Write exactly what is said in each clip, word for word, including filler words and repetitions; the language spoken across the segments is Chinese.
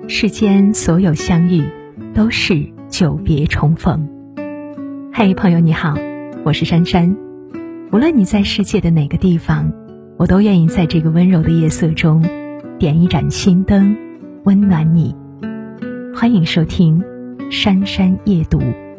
世间所有相遇，都是久别重逢。嘿，朋友你好，我是珊珊。无论你在世界的哪个地方，我都愿意在这个温柔的夜色中，点一盏心灯，温暖你。欢迎收听珊珊夜读。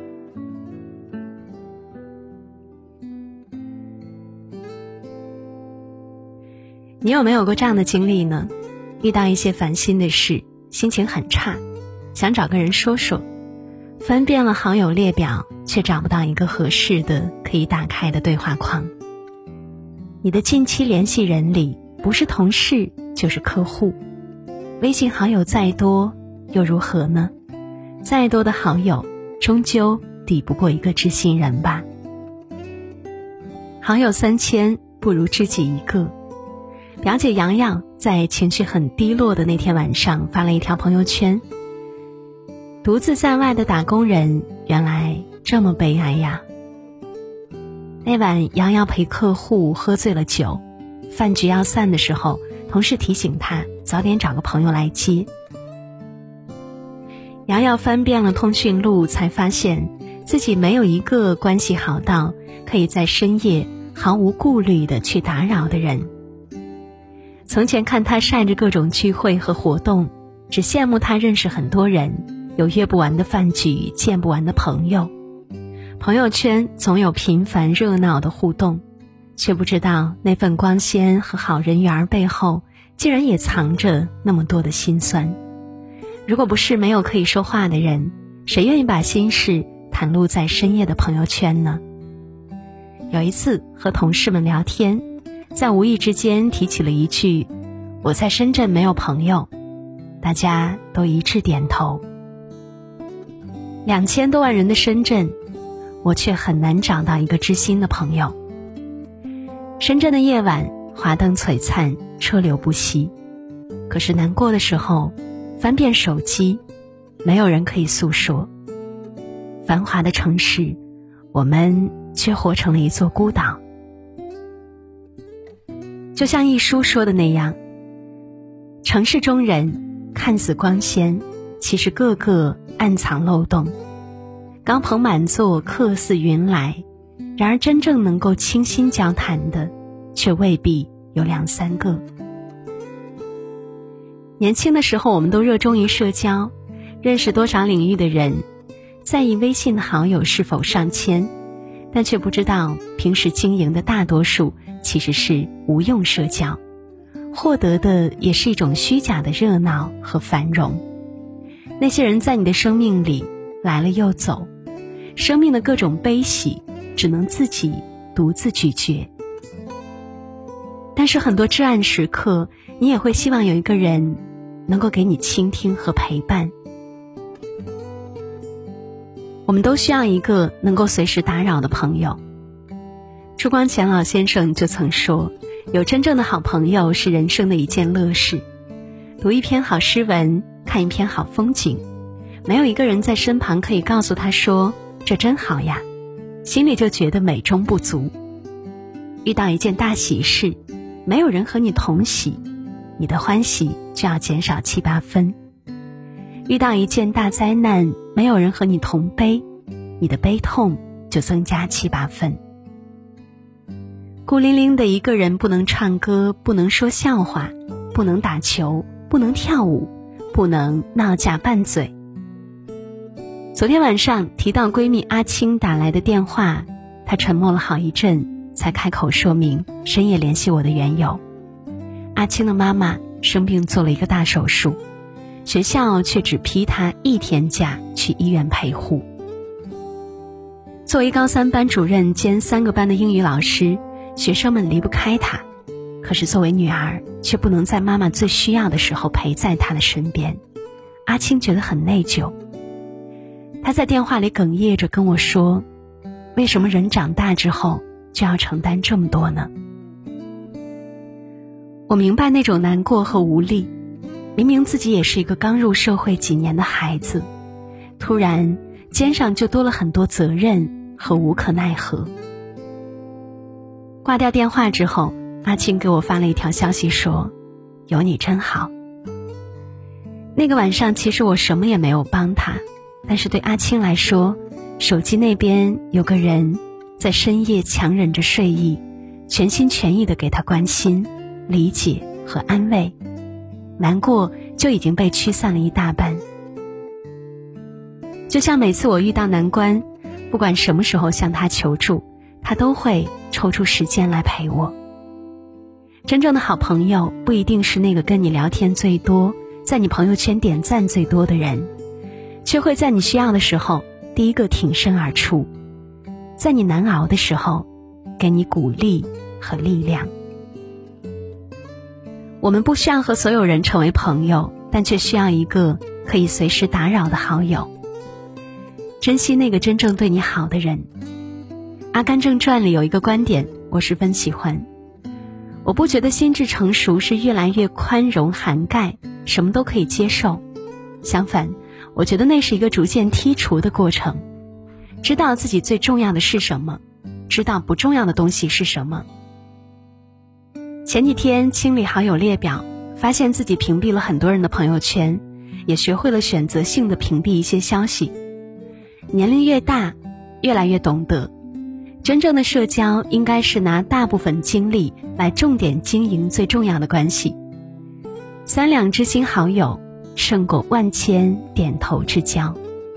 你有没有过这样的经历呢？遇到一些烦心的事，心情很差，想找个人说说，翻遍了好友列表，却找不到一个合适的可以打开的对话框。你的近期联系人里，不是同事就是客户，微信好友再多又如何呢？再多的好友，终究抵不过一个知心人吧。好友三千，不如知己一个。表姐洋洋在情绪很低落的那天晚上发了一条朋友圈，独自在外的打工人原来这么悲哀呀。那晚洋洋陪客户喝醉了酒，饭局要散的时候，同事提醒他早点找个朋友来接。洋洋翻遍了通讯录，才发现自己没有一个关系好到可以在深夜毫无顾虑地去打扰的人。从前看他晒着各种聚会和活动，只羡慕他认识很多人，有约不完的饭局，见不完的朋友。朋友圈总有频繁热闹的互动，却不知道那份光鲜和好人缘背后，竟然也藏着那么多的辛酸。如果不是没有可以说话的人，谁愿意把心事袒露在深夜的朋友圈呢？有一次和同事们聊天，在无意之间提起了一句我在深圳没有朋友，大家都一致点头。两千多万人的深圳，我却很难找到一个知心的朋友。深圳的夜晚华灯璀璨，车流不息，可是难过的时候翻遍手机，没有人可以诉说。繁华的城市，我们却活成了一座孤岛。就像一书说的那样，城市中人看似光鲜，其实个个暗藏漏洞。高朋满座，客似云来，然而真正能够倾心交谈的，却未必有两三个。年轻的时候，我们都热衷于社交，认识多少领域的人，在意微信的好友是否上千，但却不知道平时经营的大多数其实是无用社交，获得的也是一种虚假的热闹和繁荣。那些人在你的生命里来了又走，生命的各种悲喜只能自己独自咀嚼。但是很多至暗时刻，你也会希望有一个人能够给你倾听和陪伴。我们都需要一个能够随时打扰的朋友。朱光潜老先生就曾说，有真正的好朋友是人生的一件乐事。读一篇好诗文，看一篇好风景，没有一个人在身旁可以告诉他说这真好呀，心里就觉得美中不足。遇到一件大喜事，没有人和你同喜，你的欢喜就要减少七八分。遇到一件大灾难，没有人和你同悲，你的悲痛就增加七八分。孤零零的一个人，不能唱歌，不能说笑话，不能打球，不能跳舞，不能闹架拌嘴。昨天晚上提到闺蜜阿青打来的电话，她沉默了好一阵，才开口说明深夜联系我的缘由。阿青的妈妈生病做了一个大手术，学校却只批她一天假去医院陪护。作为高三班主任兼三个班的英语老师，学生们离不开她，可是作为女儿，却不能在妈妈最需要的时候陪在她的身边。阿青觉得很内疚。她在电话里哽咽着跟我说，为什么人长大之后就要承担这么多呢？我明白那种难过和无力，明明自己也是一个刚入社会几年的孩子，突然肩上就多了很多责任和无可奈何。挂掉电话之后，阿青给我发了一条消息说，有你真好。 那个晚上其实我什么也没有帮他，但是对阿青来说，手机那边有个人在深夜强忍着睡意，全心全意地给他关心、理解和安慰，难过就已经被驱散了一大半。就像每次我遇到难关，不管什么时候向他求助，他都会抽出时间来陪我。真正的好朋友不一定是那个跟你聊天最多，在你朋友圈点赞最多的人，却会在你需要的时候第一个挺身而出，在你难熬的时候给你鼓励和力量。我们不需要和所有人成为朋友，但却需要一个可以随时打扰的好友。珍惜那个真正对你好的人。阿甘正传里有一个观点我十分喜欢，我不觉得心智成熟是越来越宽容涵盖，什么都可以接受，相反，我觉得那是一个逐渐剔除的过程。知道自己最重要的是什么，知道不重要的东西是什么。前几天清理好友列表，发现自己屏蔽了很多人的朋友圈，也学会了选择性的屏蔽一些消息。年龄越大，越来越懂得，真正的社交应该是拿大部分精力来重点经营最重要的关系。三两知心好友胜过万千点头之交。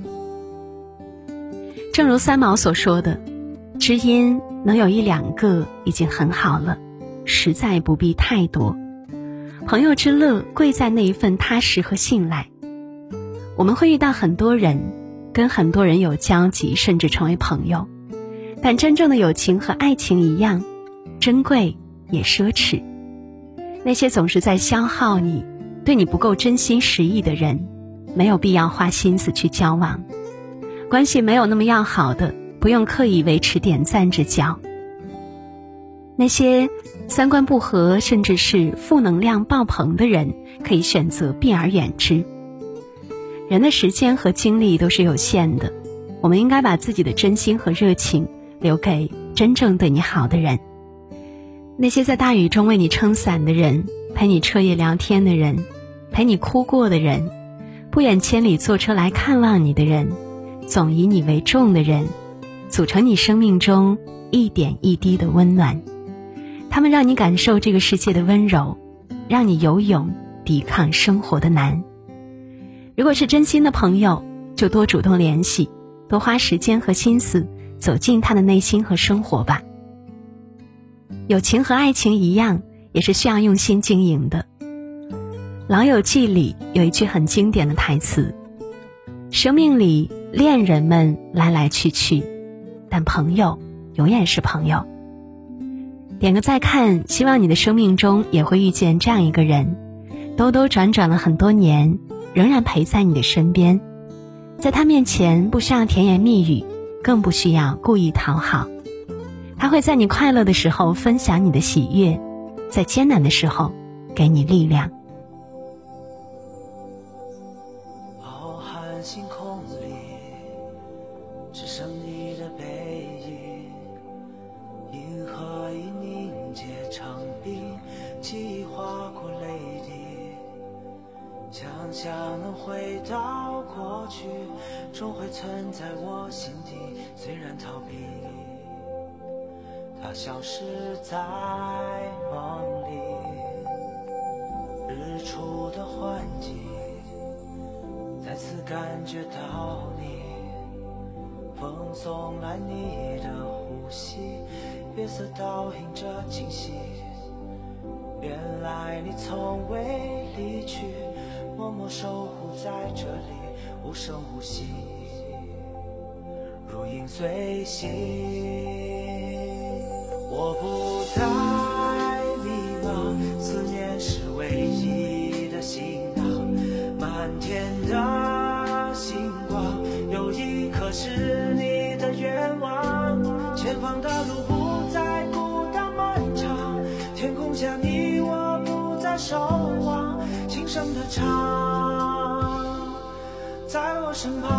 正如三毛所说的，知音能有一两个已经很好了，实在不必太多。朋友之乐贵在那一份踏实和信赖。我们会遇到很多人，跟很多人有交集，甚至成为朋友，但真正的友情和爱情一样，珍贵也奢侈。那些总是在消耗你，对你不够真心实意的人，没有必要花心思去交往。关系没有那么要好的，不用刻意维持点赞之交。那些三观不合，甚至是负能量爆棚的人，可以选择避而远之。人的时间和精力都是有限的，我们应该把自己的真心和热情留给真正对你好的人。那些在大雨中为你撑伞的人，陪你彻夜聊天的人，陪你哭过的人，不远千里坐车来看望你的人，总以你为重的人，组成你生命中一点一滴的温暖。他们让你感受这个世界的温柔，让你有勇抵抗生活的难。如果是真心的朋友，就多主动联系，多花时间和心思走进他的内心和生活吧。友情和爱情一样，也是需要用心经营的。老友记里有一句很经典的台词，生命里恋人们来来去去，但朋友永远是朋友。点个再看，希望你的生命中也会遇见这样一个人，兜兜转转了很多年，仍然陪在你的身边。在他面前不需要甜言蜜语，更不需要故意讨好。他会在你快乐的时候分享你的喜悦，在艰难的时候给你力量。 浩瀚星空里，只剩你的背影，银河已凝结成冰，记忆划过泪滴。想象能回到过去，终会存在我心底，虽然逃避，它消失在梦里。日出的环境，再次感觉到你，风送来你的呼吸，月色倒映着惊喜。原来你从未离去，默默守护在这里，无声无息，如影随形。我不再迷茫，思念是唯一的行囊，满天的星光，有一颗是你的愿望。前方的路不再孤单漫长，天空下你我不再守望，轻声的唱，在我身旁。